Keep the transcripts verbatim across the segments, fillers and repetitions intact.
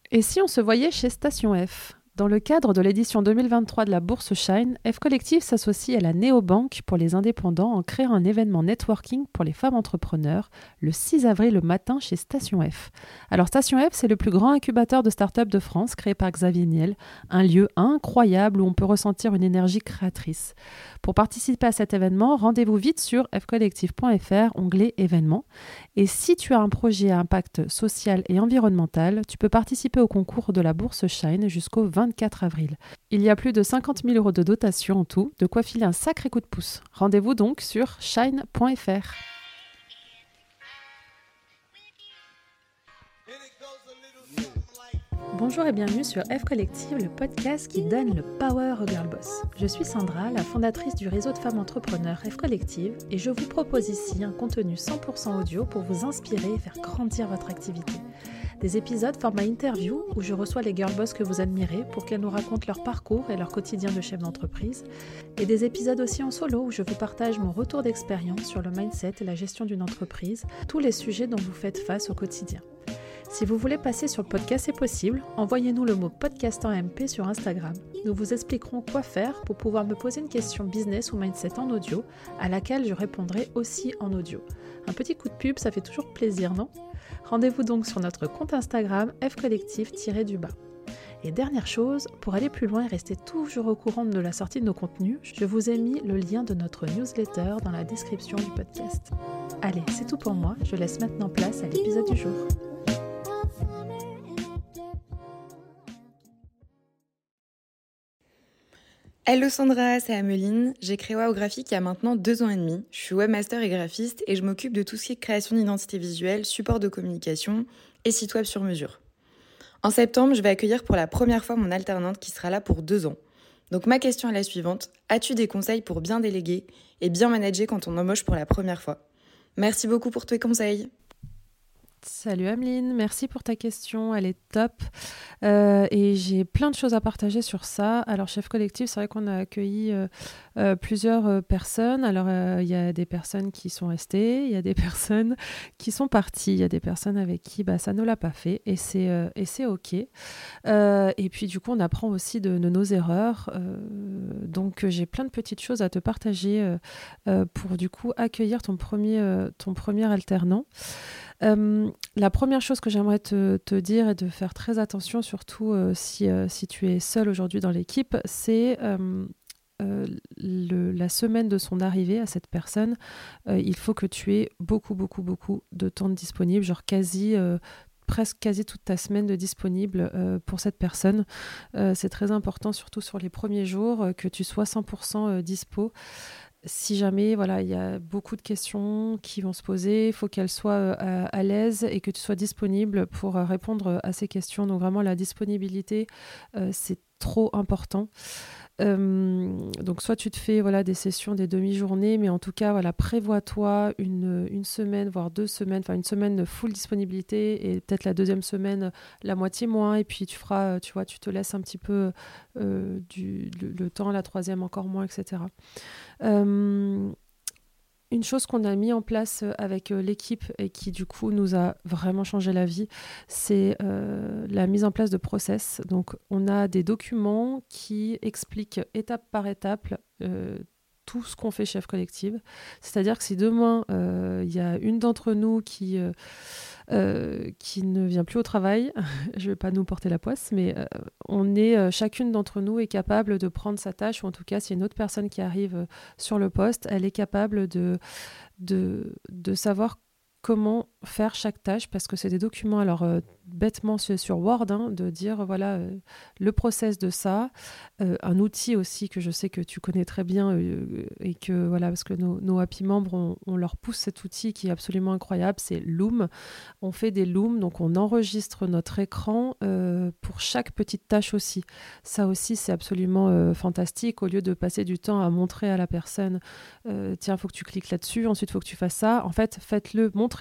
Et si on se voyait chez Station F ? Dans le cadre de l'édition deux mille vingt-trois de la bourse Shine, F Collective s'associe à la Néobank pour les indépendants en créant un événement networking pour les femmes entrepreneurs le six avril au matin chez Station F. Alors Station F, c'est le plus grand incubateur de start-up de France créé par Xavier Niel, un lieu incroyable où on peut ressentir une énergie créatrice. Pour participer à cet événement, rendez-vous vite sur f collective point f r, onglet événements. Et si tu as un projet à impact social et environnemental, tu peux participer au concours de la bourse Shine jusqu'au vingt-quatre avril. Il y a plus de cinquante mille euros de dotation en tout, de quoi filer un sacré coup de pouce. Rendez-vous donc sur shine point f r. Bonjour et bienvenue sur F Collective, le podcast qui donne le power aux girl boss. Je suis Sandra, la fondatrice du réseau de femmes entrepreneurs F Collective, et je vous propose ici un contenu cent pour cent audio pour vous inspirer et faire grandir votre activité. Des épisodes format interview où je reçois les girl boss que vous admirez pour qu'elles nous racontent leur parcours et leur quotidien de chef d'entreprise, et des épisodes aussi en solo où je vous partage mon retour d'expérience sur le mindset et la gestion d'une entreprise, tous les sujets dont vous faites face au quotidien. Si vous voulez passer sur le podcast, c'est possible. Envoyez-nous le mot podcast en M P sur Instagram. Nous vous expliquerons quoi faire pour pouvoir me poser une question business ou mindset en audio, à laquelle je répondrai aussi en audio. Un petit coup de pub, ça fait toujours plaisir, non ? Rendez-vous donc sur notre compte Instagram F Collective-du-bas. Et dernière chose, pour aller plus loin et rester toujours au courant de la sortie de nos contenus, je vous ai mis le lien de notre newsletter dans la description du podcast. Allez, c'est tout pour moi. Je laisse maintenant place à l'épisode du jour. Hello Sandra, c'est Ameline. J'ai créé Wow Graphique il y a maintenant deux ans et demi. Je suis webmaster et graphiste et je m'occupe de tout ce qui est création d'identité visuelle, support de communication et site web sur mesure. En septembre, je vais accueillir pour la première fois mon alternante qui sera là pour deux ans. Donc ma question est la suivante. As-tu des conseils pour bien déléguer et bien manager quand on embauche pour la première fois ? Merci beaucoup pour tes conseils. Salut Ameline, merci pour ta question, elle est top euh, et j'ai plein de choses à partager sur ça. Alors Chef Collective, c'est vrai qu'on a accueilli euh, euh, plusieurs euh, personnes. Alors il euh, y a des personnes qui sont restées, il y a des personnes qui sont parties, il y a des personnes avec qui bah, ça ne l'a pas fait et c'est, euh, et c'est ok. Euh, et puis du coup on apprend aussi de, de nos erreurs. Euh, donc j'ai plein de petites choses à te partager euh, euh, pour du coup accueillir ton premier, euh, ton premier alternant. Euh, la première chose que j'aimerais te, te dire et de faire très attention, surtout euh, si, euh, si tu es seule aujourd'hui dans l'équipe, c'est euh, euh, le, la semaine de son arrivée à cette personne. Euh, il faut que tu aies beaucoup, beaucoup, beaucoup de temps disponible, genre quasi... Euh, presque quasi toute ta semaine de disponible euh, pour cette personne. Euh, c'est très important, surtout sur les premiers jours, euh, que tu sois cent pour cent euh, dispo. Si jamais voilà, il y a beaucoup de questions qui vont se poser, il faut qu'elles soient euh, à, à l'aise et que tu sois disponible pour euh, répondre à ces questions. Donc vraiment, la disponibilité, euh, c'est trop important. Euh, donc soit tu te fais voilà, des sessions, des demi-journées, mais en tout cas, voilà, prévois-toi une, une semaine, voire deux semaines, enfin une semaine de full disponibilité et peut-être la deuxième semaine, la moitié moins, et puis tu feras, tu vois, tu te laisses un petit peu euh, du, le, le temps, la troisième encore moins, et cetera. Euh, Une chose qu'on a mis en place avec l'équipe et qui du coup nous a vraiment changé la vie, c'est euh, la mise en place de process. Donc on a des documents qui expliquent étape par étape euh, tout ce qu'on fait chez F Collective. C'est-à-dire que si demain il euh, y a une d'entre nous qui... Euh, Euh, qui ne vient plus au travail, je ne vais pas nous porter la poisse, mais euh, on est, euh, chacune d'entre nous est capable de prendre sa tâche, ou en tout cas, s'il y a une autre personne qui arrive euh, sur le poste, elle est capable de, de, de savoir comment faire chaque tâche, parce que c'est des documents, alors euh, bêtement sur, sur Word, hein, de dire voilà euh, le process de ça, euh, un outil aussi que je sais que tu connais très bien euh, et que voilà, parce que nos, nos happy membres, on, on leur pousse cet outil qui est absolument incroyable, c'est Loom. On fait des Looms, donc on enregistre notre écran euh, pour chaque petite tâche aussi. Ça aussi, c'est absolument euh, fantastique. Au lieu de passer du temps à montrer à la personne euh, tiens, il faut que tu cliques là-dessus, ensuite il faut que tu fasses ça. En fait, faites-le, montrez-lui peut-être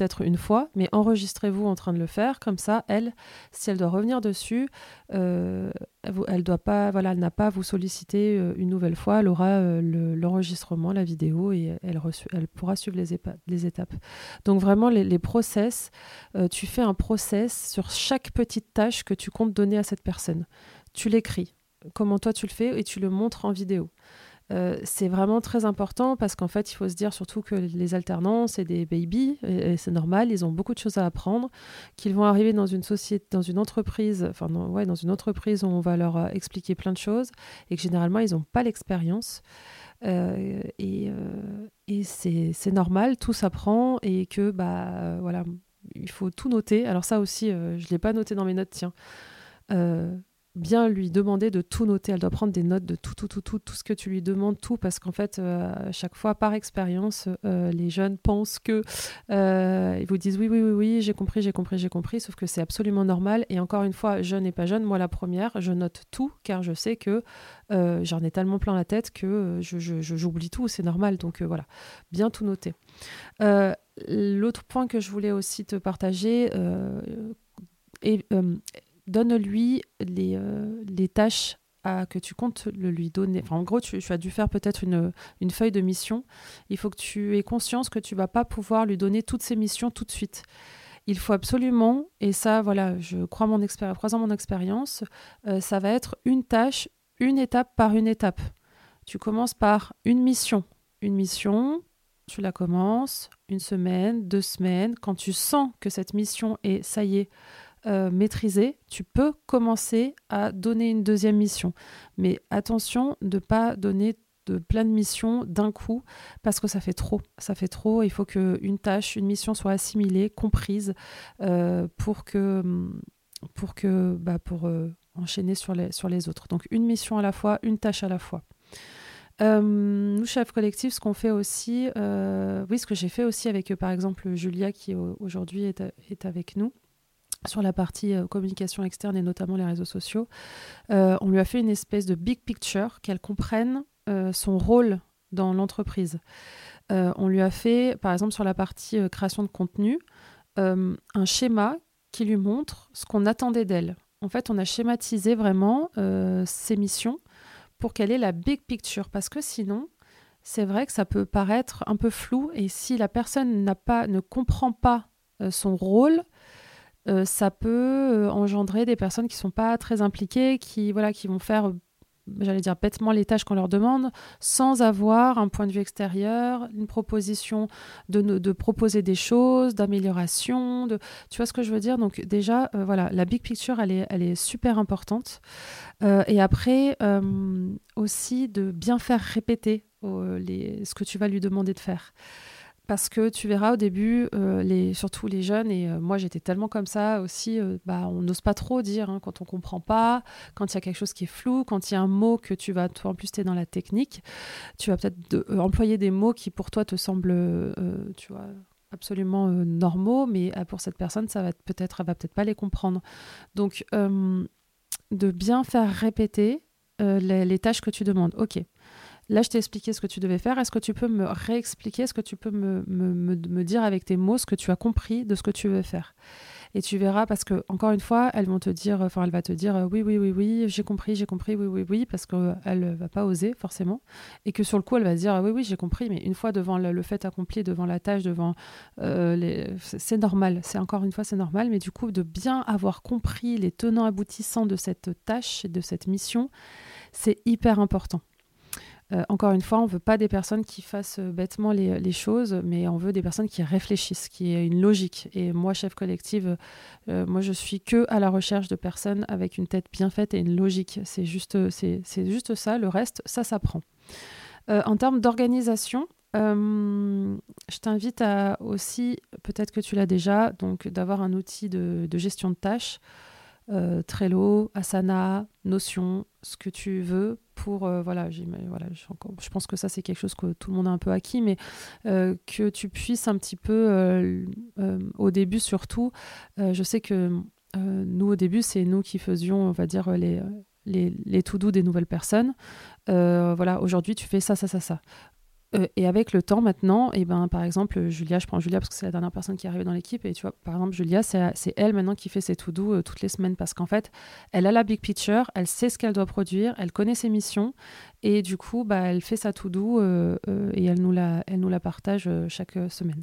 peut-être une fois, mais enregistrez-vous en train de le faire. Comme ça, elle, si elle doit revenir dessus, euh, elle doit pas, voilà, elle n'a pas à vous solliciter euh, une nouvelle fois. Elle aura euh, le, l'enregistrement, la vidéo, et elle, reçu, elle pourra suivre les, épa- les étapes. Donc vraiment, les, les process, euh, tu fais un process sur chaque petite tâche que tu comptes donner à cette personne. Tu l'écris, comment toi tu le fais, et tu le montres en vidéo. Euh, c'est vraiment très important parce qu'en fait, il faut se dire surtout que les alternants, c'est des babies et, et c'est normal, ils ont beaucoup de choses à apprendre, qu'ils vont arriver dans une société, dans une entreprise, enfin non, ouais, dans une entreprise où on va leur euh, expliquer plein de choses et que généralement, ils n'ont pas l'expérience. Euh, et euh, et c'est, c'est normal, tout s'apprend et que, bah, euh, voilà, il faut tout noter. Alors ça aussi, euh, je ne l'ai pas noté dans mes notes, tiens. Euh, bien lui demander de tout noter. Elle doit prendre des notes de tout, tout, tout, tout, tout ce que tu lui demandes, tout, parce qu'en fait, euh, à chaque fois, par expérience, euh, les jeunes pensent que euh, ils vous disent oui, oui, oui, oui, j'ai compris, j'ai compris, j'ai compris, sauf que c'est absolument normal. Et encore une fois, jeune et pas jeune, moi la première, je note tout, car je sais que euh, j'en ai tellement plein la tête que euh, je, je, je, j'oublie tout, c'est normal. Donc euh, voilà, bien tout noter. Euh, l'autre point que je voulais aussi te partager, euh, et euh, donne-lui les, euh, les tâches à, que tu comptes le lui donner. Enfin, en gros, tu, tu as dû faire peut-être une, une feuille de mission. Il faut que tu aies conscience que tu ne vas pas pouvoir lui donner toutes ces missions tout de suite. Il faut absolument, et ça, voilà, je crois mon expéri- croisant mon expérience, euh, ça va être une tâche, une étape par une étape. Tu commences par une mission. Une mission, tu la commences, une semaine, deux semaines. Quand tu sens que cette mission est, ça y est, Euh, maîtriser, tu peux commencer à donner une deuxième mission. Mais attention de ne pas donner de plein de missions d'un coup parce que ça fait trop. Ça fait trop. Il faut qu'une tâche, une mission soit assimilée, comprise euh, pour que, pour, que, bah, pour euh, enchaîner sur les, sur les autres. Donc une mission à la fois, une tâche à la fois. Euh, nous, chef collectif, ce qu'on fait aussi, euh, oui, ce que j'ai fait aussi avec, euh, par exemple, Julia qui euh, aujourd'hui est, est avec nous, sur la partie euh, communication externe et notamment les réseaux sociaux, euh, on lui a fait une espèce de big picture, qu'elle comprenne euh, son rôle dans l'entreprise. Euh, on lui a fait, par exemple, sur la partie euh, création de contenu, euh, un schéma qui lui montre ce qu'on attendait d'elle. En fait, on a schématisé vraiment euh, ses missions pour qu'elle ait la big picture, parce que sinon, c'est vrai que ça peut paraître un peu flou, et si la personne n'a pas, ne comprend pas euh, son rôle, Euh, ça peut euh, engendrer des personnes qui ne sont pas très impliquées, qui, voilà, qui vont faire, j'allais dire, bêtement les tâches qu'on leur demande, sans avoir un point de vue extérieur, une proposition de, de proposer des choses, d'amélioration. De, tu vois ce que je veux dire? Donc déjà, euh, voilà, la big picture, elle est, elle est super importante. Euh, et après, euh, aussi de bien faire répéter euh, les, ce que tu vas lui demander de faire. Parce que tu verras au début, euh, les, surtout les jeunes, et euh, moi j'étais tellement comme ça aussi, euh, bah, on n'ose pas trop dire hein, quand on ne comprend pas, quand il y a quelque chose qui est flou, quand il y a un mot que tu vas, toi en plus tu es dans la technique, tu vas peut-être de, euh, employer des mots qui pour toi te semblent euh, tu vois, absolument euh, normaux, mais euh, pour cette personne, ça va être, peut-être, elle va peut-être pas les comprendre. Donc euh, de bien faire répéter euh, les, les tâches que tu demandes. Ok. Là, je t'ai expliqué ce que tu devais faire. Est-ce que tu peux me réexpliquer? Est-ce que tu peux me, me, me, me dire avec tes mots ce que tu as compris de ce que tu veux faire? Et tu verras, parce que encore une fois, elles vont te dire, enfin, elle va te dire, euh, oui, oui, oui, oui, j'ai compris, j'ai compris, oui, oui, oui, parce qu'elle ne va pas oser forcément, et que sur le coup, elle va se dire, oui, oui, j'ai compris, mais une fois devant le, le fait accompli, devant la tâche, devant euh, les, c'est normal. C'est encore une fois, c'est normal, mais du coup, de bien avoir compris les tenants aboutissants de cette tâche et de cette mission, c'est hyper important. Euh, encore une fois, on ne veut pas des personnes qui fassent euh, bêtement les, les choses, mais on veut des personnes qui réfléchissent, qui aient une logique. Et moi, chef collective, euh, moi, je suis que à la recherche de personnes avec une tête bien faite et une logique. C'est juste, c'est, c'est juste ça. Le reste, ça s'apprend. Euh, en termes d'organisation, euh, je t'invite à aussi, peut-être que tu l'as déjà, donc d'avoir un outil de, de gestion de tâches. Euh, Trello, Asana, Notion, ce que tu veux pour, euh, voilà, j'ai, voilà je, je pense que ça c'est quelque chose que tout le monde a un peu acquis, mais euh, que tu puisses un petit peu, euh, euh, au début surtout, euh, je sais que euh, nous au début c'est nous qui faisions, on va dire, les, les, les to-do des nouvelles personnes. Euh, voilà, aujourd'hui tu fais ça, ça, ça, ça. Euh, et avec le temps maintenant, et ben, par exemple, Julia, je prends Julia parce que c'est la dernière personne qui est arrivée dans l'équipe. Et tu vois, par exemple, Julia, c'est, c'est elle maintenant qui fait ses to-do euh, toutes les semaines parce qu'en fait, elle a la big picture, elle sait ce qu'elle doit produire, elle connaît ses missions. Et du coup, bah, elle fait sa to-do euh, euh, et elle nous la, elle nous la partage euh, chaque euh, semaine.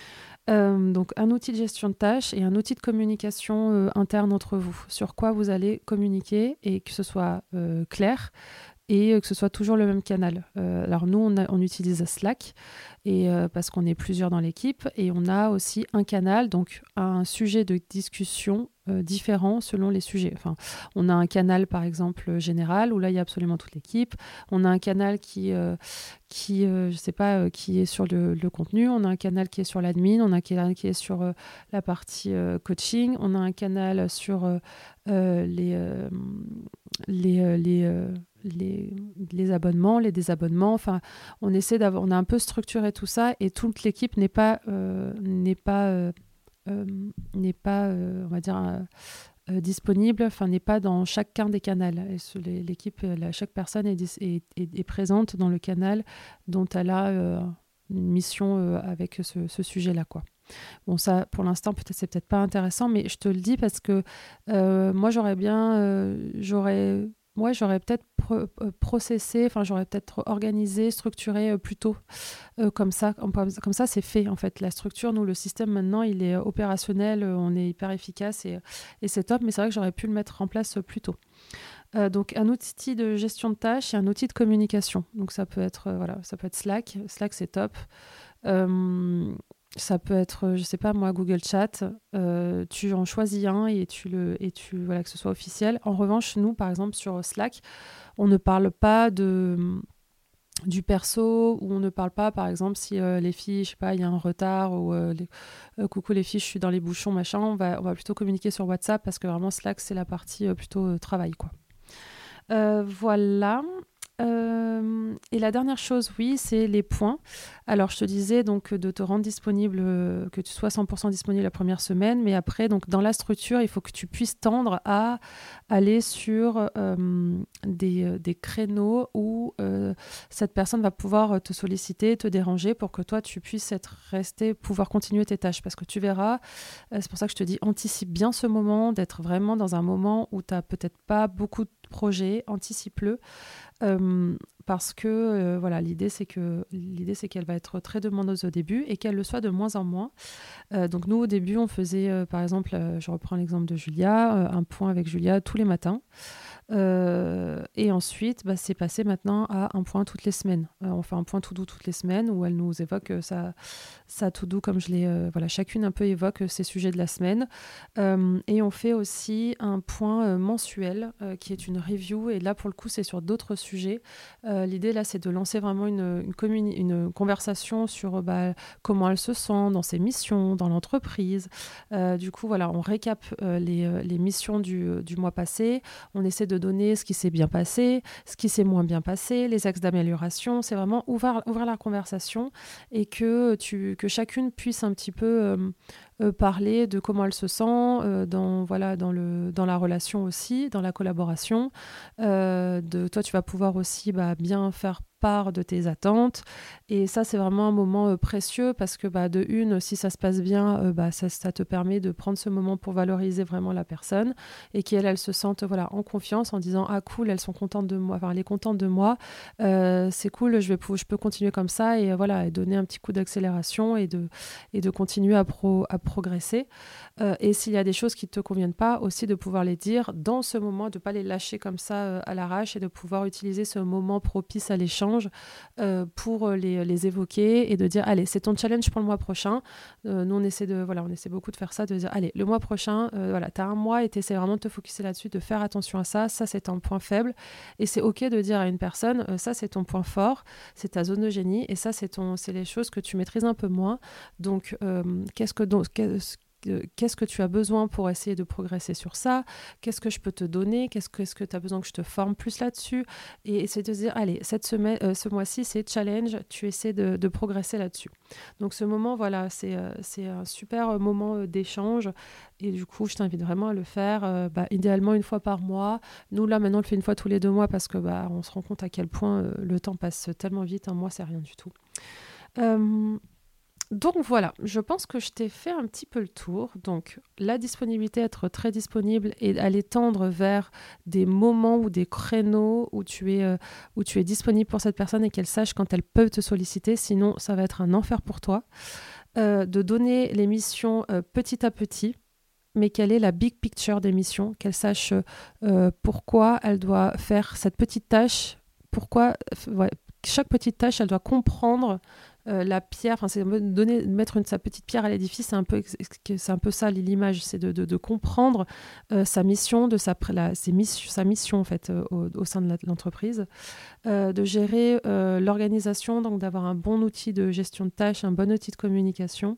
Euh, donc, un outil de gestion de tâches et un outil de communication euh, interne entre vous. Sur quoi vous allez communiquer et que ce soit euh, clair et que ce soit toujours le même canal. Euh, alors nous, on, a, on utilise Slack et, euh, parce qu'on est plusieurs dans l'équipe et on a aussi un canal, donc un sujet de discussion euh, différent selon les sujets. Enfin, on a un canal, par exemple, général, où là, il y a absolument toute l'équipe. On a un canal qui, euh, qui euh, je sais pas, euh, qui est sur le, le contenu. On a un canal qui est sur l'admin. On a un canal qui est sur euh, la partie euh, coaching. On a un canal sur euh, euh, les... Euh, les, euh, les euh, Les, les abonnements, les désabonnements. Enfin, on essaie d'avoir, on a un peu structuré tout ça et toute l'équipe n'est pas, euh, n'est pas, euh, euh, n'est pas, euh, on va dire, euh, euh, disponible. Enfin, n'est pas dans chacun des canaux. Et ce- les- l'équipe, euh, la- chaque personne est, dis- est, est- est présente dans le canal dont elle a euh, une mission euh, avec ce, ce sujet-là, quoi. Bon, ça, pour l'instant, peut-être c'est peut-être pas intéressant, mais je te le dis parce que euh, moi, j'aurais bien, euh, j'aurais, moi, j'aurais peut-être pro- euh, processé, enfin, j'aurais peut-être organisé, structuré euh, plus tôt, euh, comme ça, comme, comme ça, c'est fait en fait. La structure, nous, le système maintenant, il est opérationnel, euh, on est hyper efficace et, et c'est top. Mais c'est vrai que j'aurais pu le mettre en place euh, plus tôt. Euh, donc un outil de gestion de tâches et un outil de communication. Donc ça peut être, euh, voilà, ça peut être Slack. Slack, c'est top. Euh, Ça peut être, je sais pas moi, Google Chat. Euh, tu en choisis un et tu le et tu voilà que ce soit officiel. En revanche, nous, par exemple, sur Slack, on ne parle pas de du perso ou on ne parle pas, par exemple, si euh, les filles, je sais pas, il y a un retard ou euh, les- euh, coucou les filles, je suis dans les bouchons, machin. On va on va plutôt communiquer sur WhatsApp parce que vraiment Slack c'est la partie euh, plutôt euh, travail, quoi. Euh, voilà. Euh, et la dernière chose, oui, c'est les points. Alors, je te disais donc de te rendre disponible, euh, que tu sois cent pour cent disponible la première semaine, mais après, donc dans la structure, il faut que tu puisses tendre à aller sur euh, des, euh, des créneaux où euh, cette personne va pouvoir te solliciter, te déranger pour que toi, tu puisses être resté, pouvoir continuer tes tâches. Parce que tu verras, euh, c'est pour ça que je te dis, anticipe bien ce moment, d'être vraiment dans un moment où tu n'as peut-être pas beaucoup de projets, anticipe-le. Euh, parce que euh, voilà, l'idée c'est que l'idée c'est qu'elle va être très demandeuse au début et qu'elle le soit de moins en moins. Euh, donc nous au début on faisait euh, par exemple, euh, je reprends l'exemple de Julia, euh, un point avec Julia tous les matins. Euh, et ensuite, bah, c'est passé maintenant à un point toutes les semaines. Euh, on fait un point tout doux toutes les semaines où elle nous évoque euh, sa, sa tout doux, comme je l'ai. Euh, voilà, chacune un peu évoque ses sujets de la semaine. Euh, et on fait aussi un point euh, mensuel euh, qui est une review. Et là, pour le coup, c'est sur d'autres sujets. Euh, l'idée, là, c'est de lancer vraiment une, une, communi- une conversation sur euh, bah, comment elle se sent dans ses missions, dans l'entreprise. Euh, du coup, voilà, on récap euh, les, euh, les missions du, du mois passé. On essaie de donner ce qui s'est bien passé, ce qui s'est moins bien passé, les axes d'amélioration. C'est vraiment ouvrir, ouvrir la conversation et que, tu, que chacune puisse un petit peu euh, euh, parler de comment elle se sent euh, dans, voilà, dans, le, dans la relation aussi, dans la collaboration. Euh, de, toi, tu vas pouvoir aussi bah, bien faire part de tes attentes. Et ça, c'est vraiment un moment euh, précieux parce que bah, de une, si ça se passe bien, euh, bah, ça, ça te permet de prendre ce moment pour valoriser vraiment la personne et qu'elle, elle se sente voilà, en confiance en disant « Ah cool, elles sont contentes de moi, enfin, elle est contente de moi, euh, c'est cool, je, vais, pou- je peux continuer comme ça et, euh, voilà, et donner un petit coup d'accélération et de, et de continuer à, pro, à progresser. Euh, et s'il y a des choses qui ne te conviennent pas, aussi de pouvoir les dire dans ce moment, de ne pas les lâcher comme ça euh, à l'arrache et de pouvoir utiliser ce moment propice à l'échange euh, pour les, les évoquer et de dire allez, c'est ton challenge pour le mois prochain. Euh, nous, on essaie, de, voilà, on essaie beaucoup de faire ça, de dire allez, le mois prochain, euh, voilà, tu as un mois et tu essaies vraiment de te focaliser là-dessus, de faire attention à ça. Ça, c'est un point faible. Et c'est OK de dire à une personne euh, ça, c'est ton point fort, c'est ta zone de génie et ça, c'est, ton, c'est les choses que tu maîtrises un peu moins. Donc, euh, qu'est-ce que donc, qu'est-ce que, qu'est-ce que tu as besoin pour essayer de progresser sur ça, qu'est-ce que je peux te donner, qu'est-ce que, est-ce que tu as besoin que je te forme plus là-dessus, et essayer de se dire, allez, cette semaine, euh, ce mois-ci, c'est challenge, tu essaies de, de progresser là-dessus. Donc ce moment, voilà, c'est, euh, c'est un super moment euh, d'échange, et du coup, je t'invite vraiment à le faire, euh, bah, idéalement une fois par mois. Nous, là, maintenant, on le fait une fois tous les deux mois parce que bah, on se rend compte à quel point euh, le temps passe tellement vite. Un mois, c'est rien du tout. Euh, donc voilà, je pense que je t'ai fait un petit peu le tour. Donc la disponibilité, être très disponible et aller tendre vers des moments ou des créneaux où tu es, euh, où tu es disponible pour cette personne et qu'elle sache quand elle peut te solliciter. Sinon, ça va être un enfer pour toi. Euh, de donner les missions euh, petit à petit, mais quelle est la big picture des missions, qu'elle sache euh, pourquoi elle doit faire cette petite tâche, pourquoi euh, ouais, chaque petite tâche, elle doit comprendre euh, la pierre, enfin c'est donner, mettre une, sa petite pierre à l'édifice, c'est un peu, c'est un peu ça l'image, c'est de, de, de comprendre euh, sa mission, de sa, la, ses miss, sa mission en fait euh, au, au sein de la, l'entreprise, euh, de gérer euh, l'organisation, donc d'avoir un bon outil de gestion de tâches, un bon outil de communication.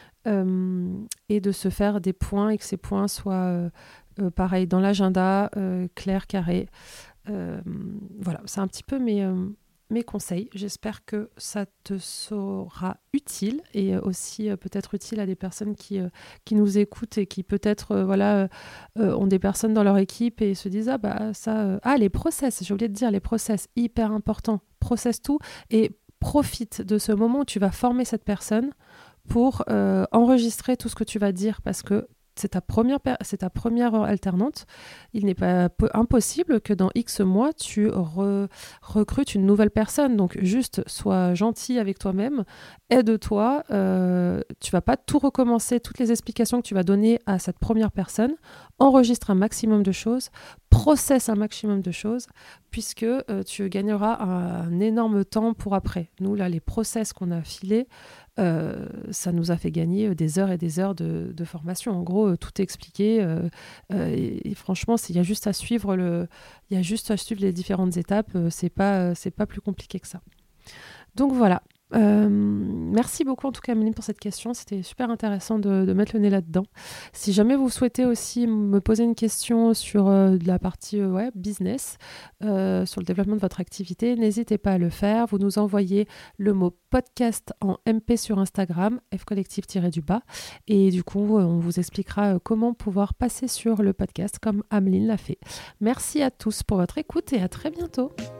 Euh, et de se faire des points et que ces points soient euh, euh, pareil dans l'agenda, euh, clair, carré. Euh, voilà, c'est un petit peu mes, euh, mes conseils. J'espère que ça te sera utile et aussi euh, peut-être utile à des personnes qui, euh, qui nous écoutent et qui peut-être euh, voilà, euh, ont des personnes dans leur équipe et se disent « Ah, bah ça... Euh... Ah, les process, j'ai oublié de dire, les process, hyper important. Process tout et profite de ce moment où tu vas former cette personne pour euh, enregistrer tout ce que tu vas dire parce que c'est ta première, per- c'est ta première alternante. Il n'est pas po- impossible que dans X mois, tu re- recrutes une nouvelle personne. Donc, juste, sois gentil avec toi-même, aide-toi. Euh, tu ne vas pas tout recommencer, toutes les explications que tu vas donner à cette première personne. Enregistre un maximum de choses, processe un maximum de choses, puisque euh, tu gagneras un, un énorme temps pour après. Nous, là, les process qu'on a filés, Euh, ça nous a fait gagner des heures et des heures de, de formation. En gros, euh, tout est expliqué. Euh, euh, et, et franchement, il y a juste à suivre le, il y a juste à suivre les différentes étapes. Euh, c'est pas, c'est pas plus compliqué que ça. Donc voilà. Euh, merci beaucoup en tout cas Amélie pour cette question, c'était super intéressant de, de mettre le nez là-dedans. Si jamais vous souhaitez aussi me poser une question sur euh, de la partie euh, ouais, business, euh, sur le développement de votre activité, n'hésitez pas à le faire. Vous nous envoyez le mot podcast en M P sur Instagram, fcollectif-du-bas, et du coup on vous expliquera comment pouvoir passer sur le podcast comme Amélie l'a fait. Merci à tous pour votre écoute et à très bientôt.